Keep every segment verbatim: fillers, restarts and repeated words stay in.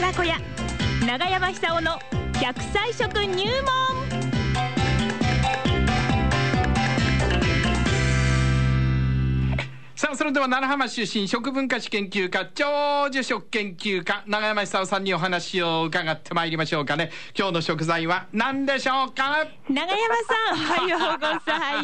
寺子屋長山久夫の百歳食入門。 さあそれでは楢葉町出身食文化史研究家長寿食研究家長山久夫さんにお話を伺ってまいりましょうかね。今日の食材は何でしょうか。 長山さんおはようござい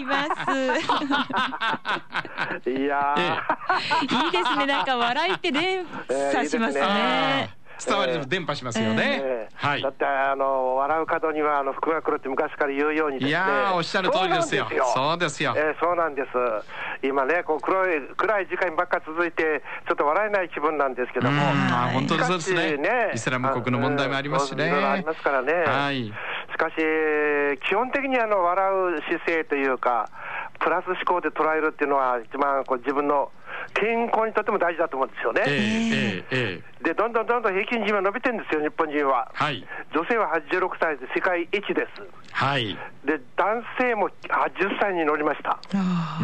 ますいやー、 ええ、いいですね。なんか笑いって連鎖しますね、えー、いいですね。 伝わり伝播しますよね、 えーはい、 だってあの笑う角にはあの福が来るって昔から言うようにですね。 いやーおっしゃる通りですよ。そうですよ、 えー、そうなんです。今ねこう黒い暗い時間ばっか続いてちょっと笑えない気分なんですけども、 あ本当にそうです ね, ねイスラム国の問題もありますしね、 いろいろありますからね、はい、しかし基本的にあの笑う姿勢というかプラス思考で捉えるっていうのは一番こう自分の健康にとっても大事だと思うんですよね、えーえー、でどんどんどんどん平均寿命伸びてるんですよ日本人は、はい、女性ははちじゅうろくさいで世界一です、はい、で男性もはちじゅっさいに乗りました。あ、うん、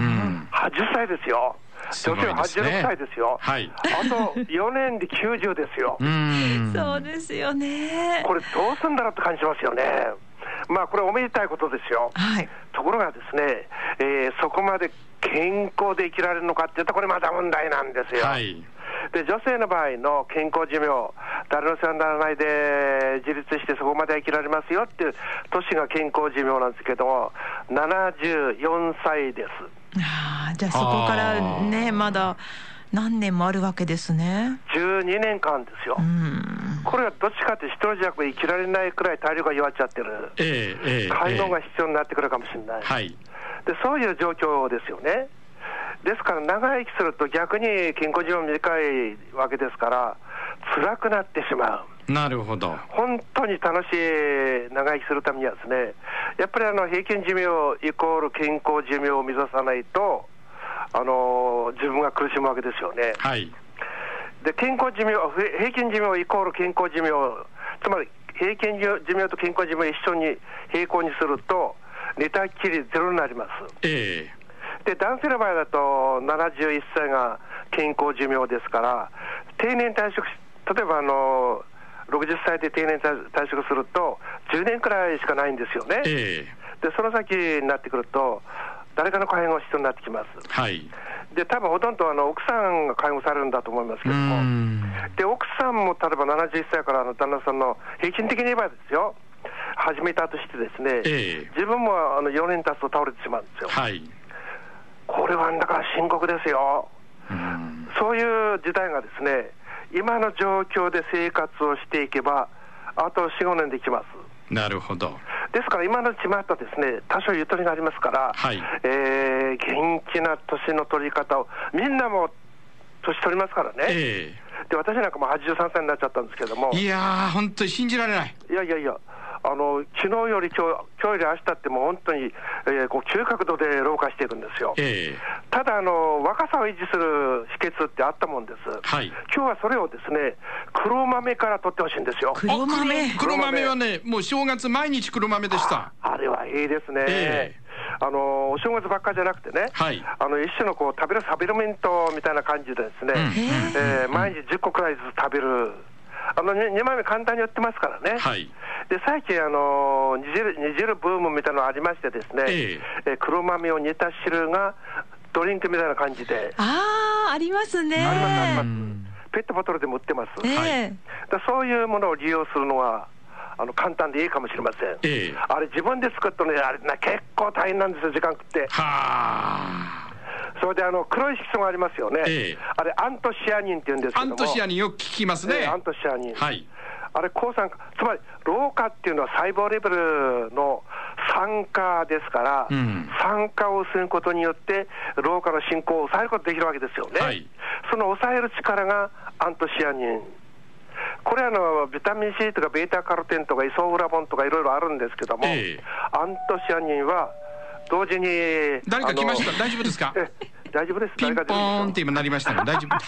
はちじゅっさいですよ。女性ははちじゅうろくさいですよ、はい、あとよねんできゅうじゅうですよ。 うんそうですよね。 これどうすんだろうって感じますよね。まあこれおめでたいことですよ、はい、ところがですね、えー、そこまで健康で生きられるのかっていうとこれまた問題なんですよ、はい、で女性の場合の健康寿命誰の世話にならないで自立してそこまで生きられますよっていう年が健康寿命なんですけどもななじゅうよんさいです。 あじゃあそこからねまだ何年もあるわけですね。 じゅうにねんかんですよ。うんこれはどっちかって一人じゃ生きられないくらい体力が弱っちゃってる、えーえー、介護が必要になってくるかもしれない、はい、でそういう状況ですよね。ですから長生きすると逆に健康寿命短いわけですから辛くなってしまう。 なるほど。 本当に楽しい長生きするためにはですねやっぱりあの平均寿命イコール健康寿命を目指さないとあの自分が苦しむわけですよね、はい、で健康寿命平均寿命イコール健康寿命つまり平均寿命と健康寿命を一緒に並行にすると寝たきりゼロになります、えー、で男性の場合だとななじゅういっさいが健康寿命ですから定年退職例えばあのろくじゅっさいで定年退職するとじゅうねんくらいしかないんですよね、えー、でその先になってくると誰かの介護が必要になってきます、はい、で多分ほとんどあの奥さんが介護されるんだと思いますけどもで奥さんも例えばななじゅっさいからの旦那さんの平均的に言えばですよ始めたとしてですね、えー、自分もあのよねん経つと倒れてしまうんですよ、はい、これはだから深刻ですよ。うんそういう時代がですね今の状況で生活をしていけばあと よん,ご 年できます。 なるほど。 ですから今のうちまたですね多少ゆとりがありますから、はいえー、元気な年の取り方をみんなも年取りますからね、えー、で私なんかもはちじゅうさんさいになっちゃったんですけどもいやー本当に信じられない。 いやいやいやあの昨日より今日、今日より明日ってもう本当に、えー、こう急角度で老化しているんですよ、えー、ただあの若さを維持する秘訣ってあったもんです、はい、今日はそれをですね黒豆から取ってほしいんですよ。 黒豆黒豆はねもう正月毎日黒豆でした。 あ, あれはいいですね、えー、あのお正月ばっかりじゃなくてね、はい、あの一種のこう食べるサプリメントみたいな感じでですね、うんえー、毎日じゅっこくらいずつ食べるあのにまいめ簡単に売ってますからね、はい、で最近あの煮汁、煮汁ブームみたいなのがありましてですね、ええ、黒豆を煮た汁がドリンクみたいな感じでああありますね。 ありますありますペットボトルでも売ってます、えはい、だそういうものを利用するのはあの簡単でいいかもしれません、ええ、あれ自分で作ったのねあれな結構大変なんですよ時間食ってはそれであの黒い色素がありますよね、ええ、あれアントシアニンって言うんですけどもアントシアニンよく聞きますね、 えー、アントシアニン、はい、あれ抗酸化つまり老化っていうのは細胞レベルの酸化ですから、うん、酸化を薄めることによって老化の進行を抑えることができるわけですよね、はい、その抑える力がアントシアニンこれはあのビタミン C とかベータカロテンとかイソフラボンとかいろいろあるんですけども、えー、アントシアニンは同時に誰か来ました大丈夫ですか。 大丈夫です。 ピンポーンって今なりましたね大丈夫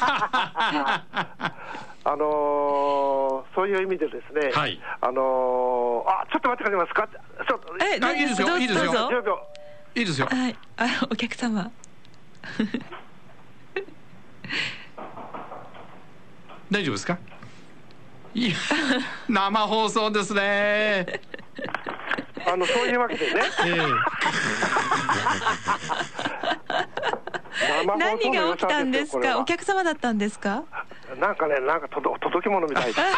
あのー、そういう意味でですね、はい、あのー、あちょっと待ってくれますか。ちょっとえいいですよいいですよじゅうびょういいですよ、 はい、あお客様大丈夫ですか。 いや生放送ですね。 あのそういうわけでね、えー、 何が起きたんですか。お客様だったんですか。 なんかね、なんか届き物みたいです。す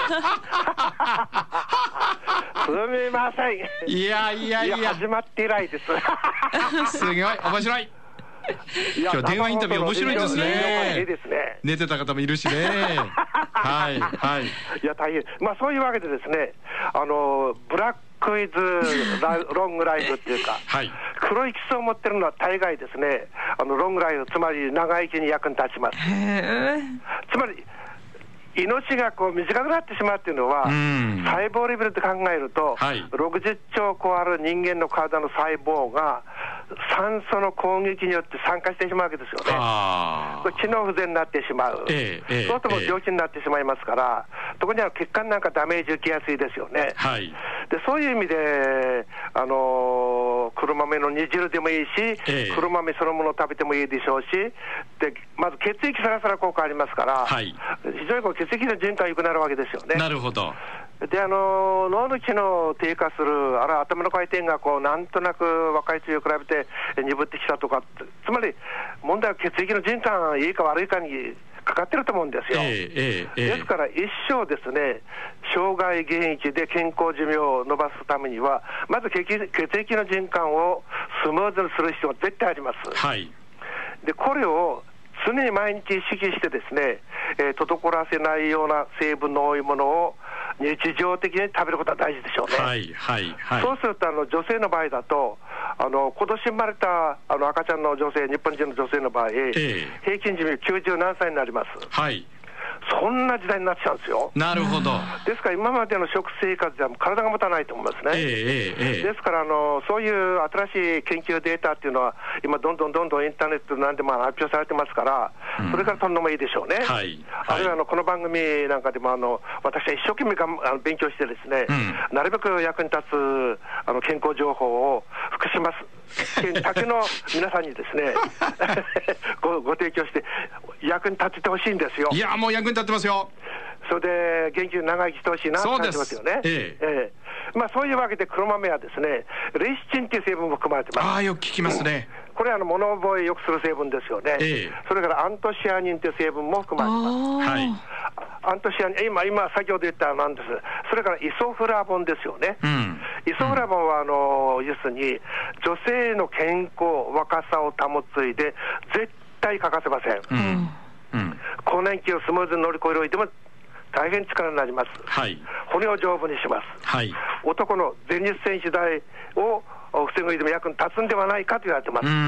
みません。 いやいやいや、 いや始まって以来です。 すごい面白い。今日電話インタビュー面白いですね。 いいですね。 寝てた方もいるしね。はいはい。 いや大変。まあそういうわけでですね、あのブラックイズロングライフっていうか、はい、黒い基礎を持ってるのは大概ですね、あのロングライフ、つまり長生きに役に立ちます。つまり命がこう短くなってしまうっていうのは、細胞レベルで考えると、はい、ろくじゅっちょう個ある人間の体の細胞が酸素の攻撃によって酸化してしまうわけですよね。これ機能不全になってしまう、えーえー、そうするともう病気になってしまいますから、えー、特には血管なんかダメージ受けやすいですよね、はい、でそういう意味で、あのー、黒豆の煮汁でもいいし、えー、黒豆そのものを食べてもいいでしょうし、でまず血液サラサラ効果ありますから、はい、非常にこう血液の循環良くなるわけですよね。 なるほど。 であの脳の機能を低下する、あるいは頭の回転がこうなんとなく若い人に比べて鈍ってきたとか、つまり問題は血液の循環いいか悪いかにかかってると思うんですよ、えーえー、ですから一生ですね、生涯現役で健康寿命を伸ばすためには、まず血液の循環をスムーズにする必要が絶対あります、はい、でこれを常に毎日意識してですね、えー、滞らせないような成分の多いものを日常的に食べることは大事でしょうね。はいはいはい、そうするとあの女性の場合だと、あの今年生まれたあの赤ちゃんの女性、日本人の女性の場合、えー、平均寿命きゅうじゅうなんさいになります。はい、そんな時代になっちゃうんですよ。 なるほど。 ですから今までの食生活では体が持たないと思いますね、えーえー、ですからあのそういう新しい研究データっていうのは今どんどんどんどんインターネットなんでも発表されてますから、うん、それからとんでもいいでしょうね、はいはい、あるいはあのこの番組なんかでもあの私は一生懸命があの勉強してですね、うん、なるべく役に立つあの健康情報を福島だけの皆さんにですねご, ご提供して役に立ててほしいんですよ。 いやもう役に立ってますよ。 それで元気に長生きしてほしいなと感じますよね。ええええ、まあ、そういうわけで黒豆はですね、レイシチンという成分も含まれてます。 ああ、よく聞きますね、 うん、これはあの物覚えよくする成分ですよね、ええ、それからアントシアニンという成分も含まれてます、はい、アントシアニン、今今先ほど言ったなんです。それからイソフラボンですよね、うん、イソフラボンはあの要するに女性の健康若さを保つ上で絶対欠かせません、うんうん、更年期をスムーズに乗り越える上でも大変力になります、はい、骨を丈夫にします、はい、男の前立腺肥大を防ぐ上でも役に立つんではないかと言われてます。うん、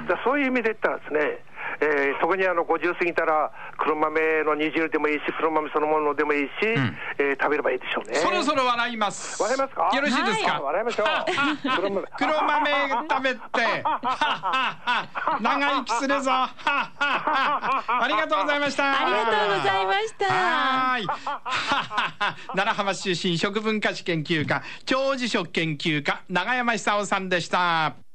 だそういう意味で言ったらですね、えー、特にあのごじゅう過ぎたら黒豆の煮汁でもいいし黒豆そのものでもいいし、うん、えー、食べればいいでしょうね。 そろそろ笑います。 笑いますか。 よろしいですか。 はい、笑いましょう。 黒豆黒豆食べて長生きするぞありがとうございました。 ありがとうございました。 はい奈良浜市出身食文化史研究家長寿食研究家永山久夫さんでした。